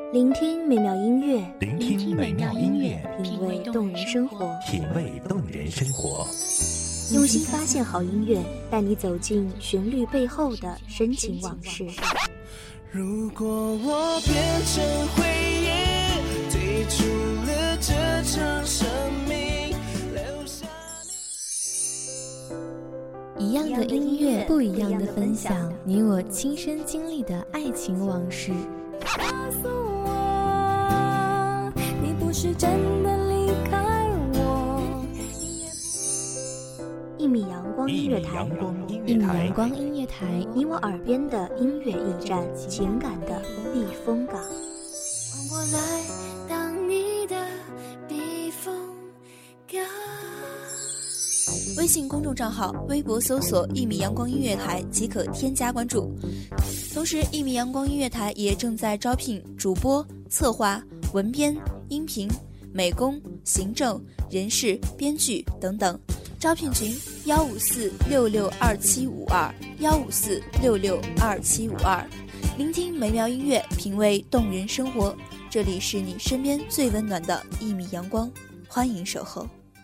聆听美妙音乐， 聆听美妙音乐， 品味动人生活， 品味动人生活。 用心发现好音乐，带你走进旋律背后的深情往事。 如果我变成回忆，退出了这场生命，留下一样的音乐，不一样的分享，你我亲身经历的爱情往事。 告诉我，你不是真的离开我。 一米阳光音乐台， 一米阳光音乐台， 你我耳边的音乐驿站，情感的避风港。 换我来当你的避风港。 微信公众账号、微博搜索“一米阳光音乐台”即可添加关注。同时，一米阳光音乐台也正在招聘主播、策划、文编、音频、美工、行政、人事、编剧等等。招聘群154662752，154662752。聆听美妙音乐，品味动人生活。这里是你身边最温暖的一米阳光，欢迎守候。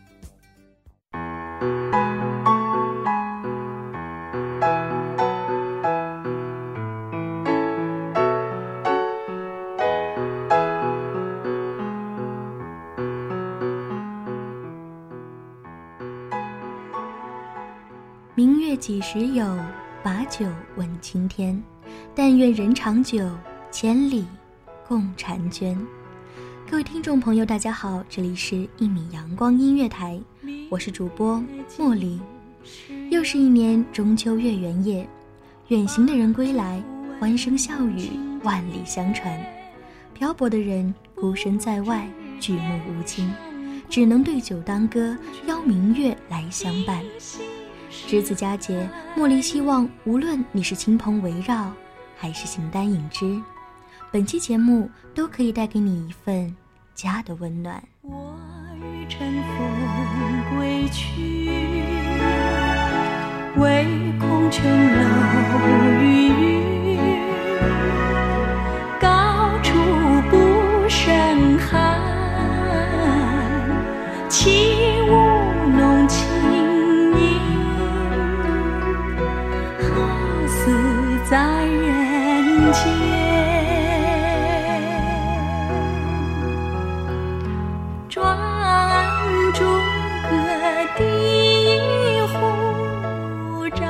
明月几时有，把酒问青天。但愿人长久，千里共婵娟。各位听众朋友大家好，这里是一米阳光音乐台，我是主播茉莉。又是一年中秋月圆夜，远行的人归来，欢声笑语万里相传。漂泊的人孤身在外，举目无亲，只能对酒当歌，邀明月来相伴。值此佳节，茉莉希望无论你是亲朋围绕，还是形单影只，本期节目都可以带给你一份家的温暖。 我欲乘风归去，唯恐琼楼玉宇，高处不胜寒，起舞弄清影，好似在人间。专注各地湖照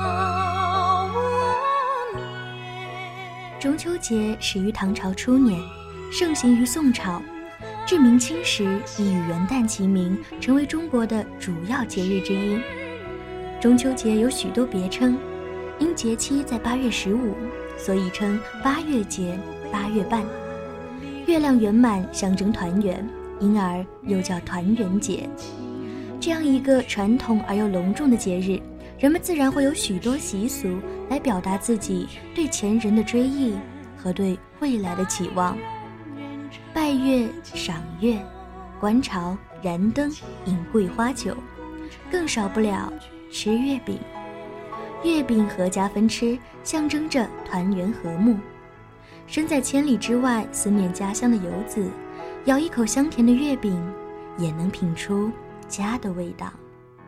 面。 中秋节始于唐朝初年，盛行于宋朝，至明清时已与元旦齐名，成为中国的主要节日之一。中秋节有许多别称，因节期在8月15，所以称8月节、8月半。月亮圆满象征团圆，因而又叫团圆节。这样一个传统而又隆重的节日，人们自然会有许多习俗来表达自己对前人的追忆和对未来的期望。拜月、赏月、观潮、燃灯、饮桂花酒，更少不了吃月饼。月饼合家分吃，象征着团圆和睦。身在千里之外思念家乡的游子，咬一口香甜的月饼，也能品出家的味道。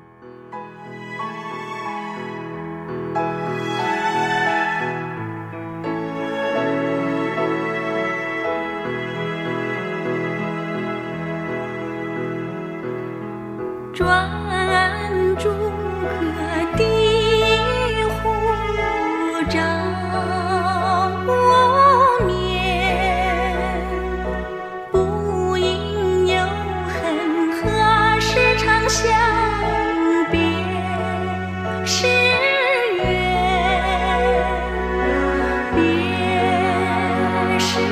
专注各地湖照面，不应有恨，何时长相别时圆，别时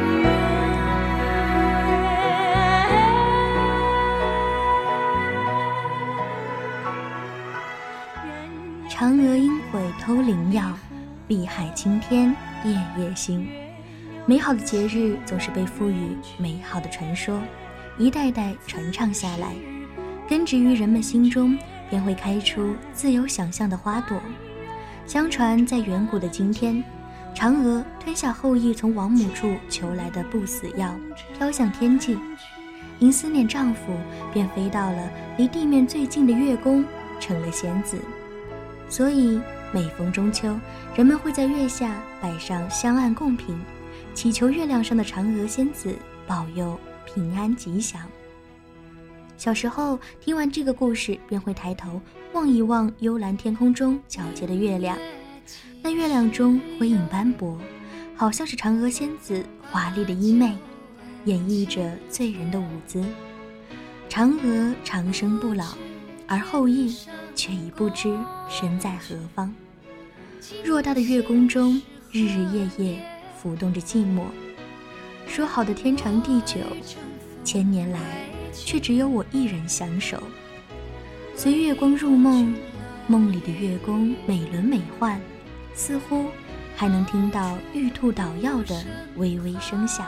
嫦娥应悔偷灵药，碧海青天夜夜心。美好的节日总是被赋予美好的传说，一代代传唱下来，根植于人们心中，便会开出自由想象的花朵。相传在远古的今天， 嫦娥吞下后羿从王母处求来的不死药，飘向天际，因思念丈夫，便飞到了离地面最近的月宫，成了仙子。所以每逢中秋，人们会在月下摆上香案供品，祈求月亮上的嫦娥仙子保佑平安吉祥。小时候听完这个故事，便会抬头望一望幽蓝天空中皎洁的月亮，那月亮中辉影斑驳，好像是嫦娥仙子华丽的衣袂，演绎着醉人的舞姿。嫦娥长生不老，而后羿却已不知身在何方。偌大的月宫中，日日夜夜浮动着寂寞。说好的天长地久，1000年来却只有我一人相守。随月光入梦，梦里的月宫美轮美奂，似乎还能听到玉兔捣药的微微声响。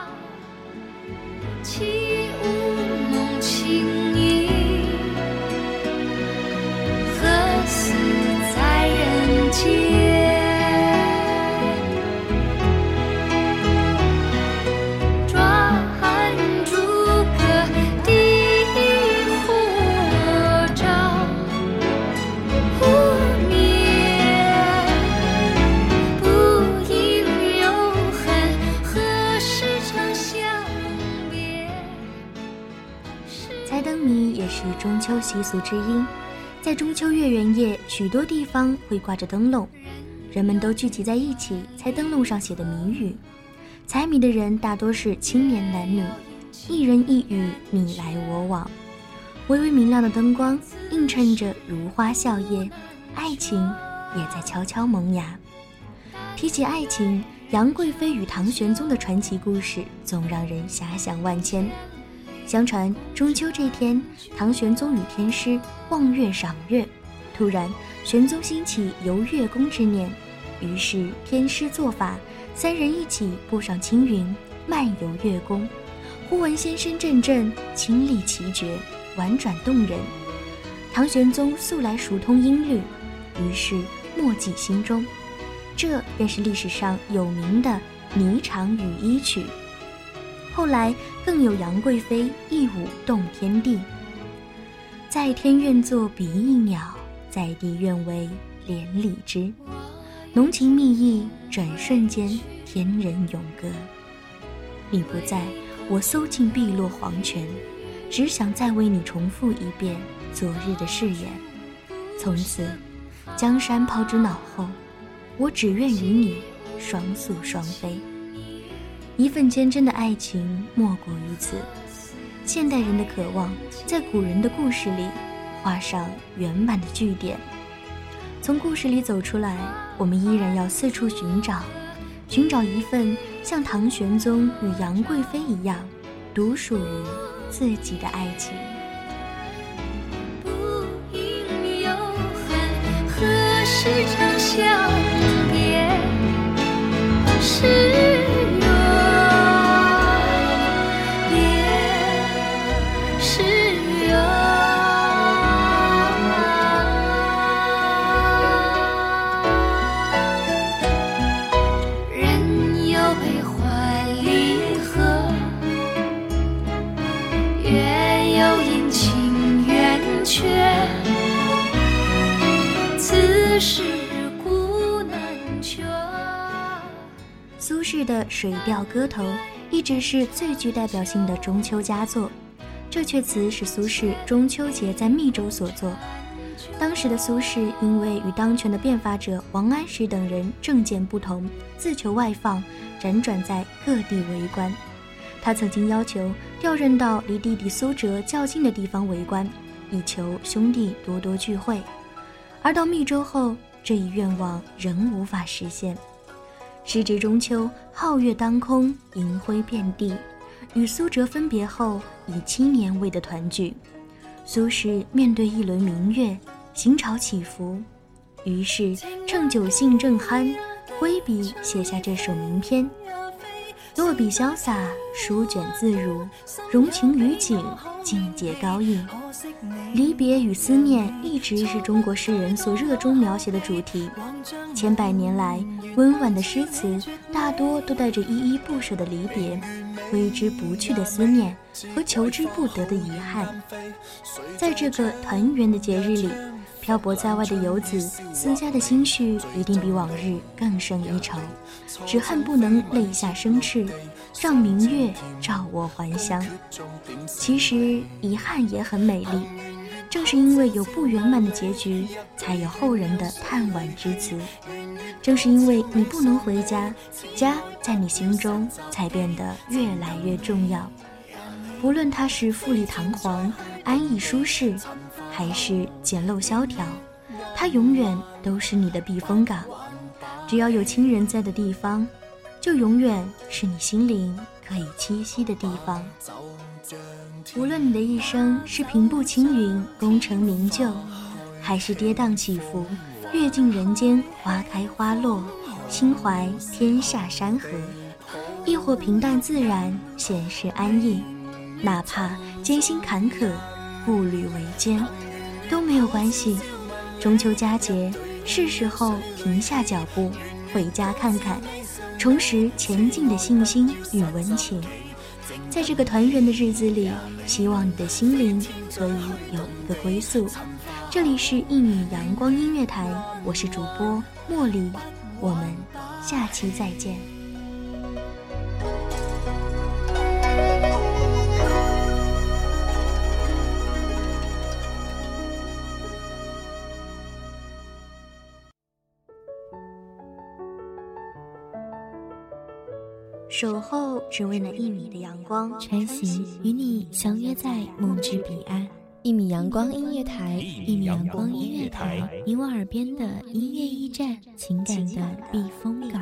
起舞弄清影，何似在人间。 中秋习俗之一，在中秋月圆夜，许多地方会挂着灯笼，人们都聚集在一起猜灯笼上写的谜语。猜谜的人大多是青年男女，一人一语，你来我往。微微明亮的灯光映衬着如花笑靥，爱情也在悄悄萌芽。提起爱情，杨贵妃与唐玄宗的传奇故事总让人遐想万千。相传中秋这天，唐玄宗与天师望月赏月，突然玄宗兴起游月宫之念，于是天师作法，3人一起步上青云，漫游月宫。忽闻仙声阵阵，清丽奇绝，婉转动人。唐玄宗素来熟通音律，于是默记心中，这便是历史上有名的《霓裳羽衣曲》。后来更有杨贵妃一舞动天地，在天愿作比翼鸟，在地愿为连理枝。浓情蜜意，转瞬间天人永隔。你不在，我搜尽碧落黄泉，只想再为你重复一遍昨日的誓言。从此江山抛之脑后，我只愿与你双宿双飞。一份坚贞的爱情莫过于此。现代人的渴望在古人的故事里画上圆满的句点。从故事里走出来，我们依然要四处寻找一份像唐玄宗与杨贵妃一样独属于自己的爱情。 不应有恨，何时长相别？是苏轼的《水调歌头》一直是最具代表性的中秋佳作，这阙词是苏轼中秋节在密州所作。当时的苏轼因为与当权的变法者王安石等人政见不同，自求外放，辗转在各地为官。他曾经要求调任到离弟弟苏辙较近的地方为官，以求兄弟多多聚会。而到密州后，这一愿望仍无法实现。时值中秋，皓月当空，银辉遍地，与苏辙分别后已7年未得团聚。苏轼面对一轮明月，心潮起伏，于是趁酒兴正酣，挥笔写下这首名篇。落笔潇洒，书卷自如，融情于景， 境界高逸。离别与思念一直是中国诗人所热衷描写的主题，千百年来，温婉的诗词大多都带着依依不舍的离别，挥之不去的思念和求之不得的遗憾。在这个团圆的节日里，漂泊在外的游子思家的心绪一定比往日更胜一筹，只恨不能泪下生翅，让明月照我还乡。其实遗憾也很美丽，正是因为有不圆满的结局，才有后人的叹惋之词。正是因为你不能回家，家在你心中才变得越来越重要。不论它是富丽堂皇、安逸舒适，还是简陋萧条，它永远都是你的避风港。只要有亲人在的地方，就永远是你心灵可以栖息的地方。无论你的一生是平步青云、功成名就，还是跌宕起伏、阅尽人间花开花落，心怀天下山河，亦或平淡自然、闲适安逸，哪怕艰辛坎坷、步履维艰，都没有关系。中秋佳节，是时候停下脚步，回家看看，重拾前进的信心与温情。在这个团圆的日子里，希望你的心灵可以有一个归宿。这里是1米阳光音乐台，我是主播茉莉，我们下期再见。守候只为那1米的阳光， 穿行与你相约在梦之彼岸。1米阳光音乐台，1米阳光音乐台，你我耳边的音乐驿站，情感的避风港。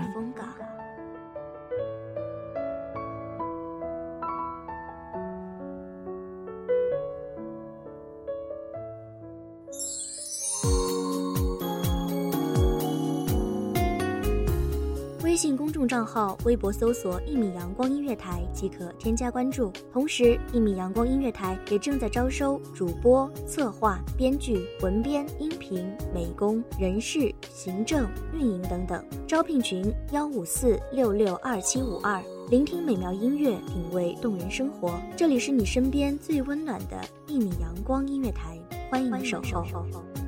微信公众账号、微博搜索1米阳光音乐台即可添加关注。同时，1米阳光音乐台也正在招收主播、策划、编剧、文编、音频、美工、人事、行政、运营等等。招聘群154662752。聆听美妙音乐，品味动人生活。这里是你身边最温暖的1米阳光音乐台，欢迎守候。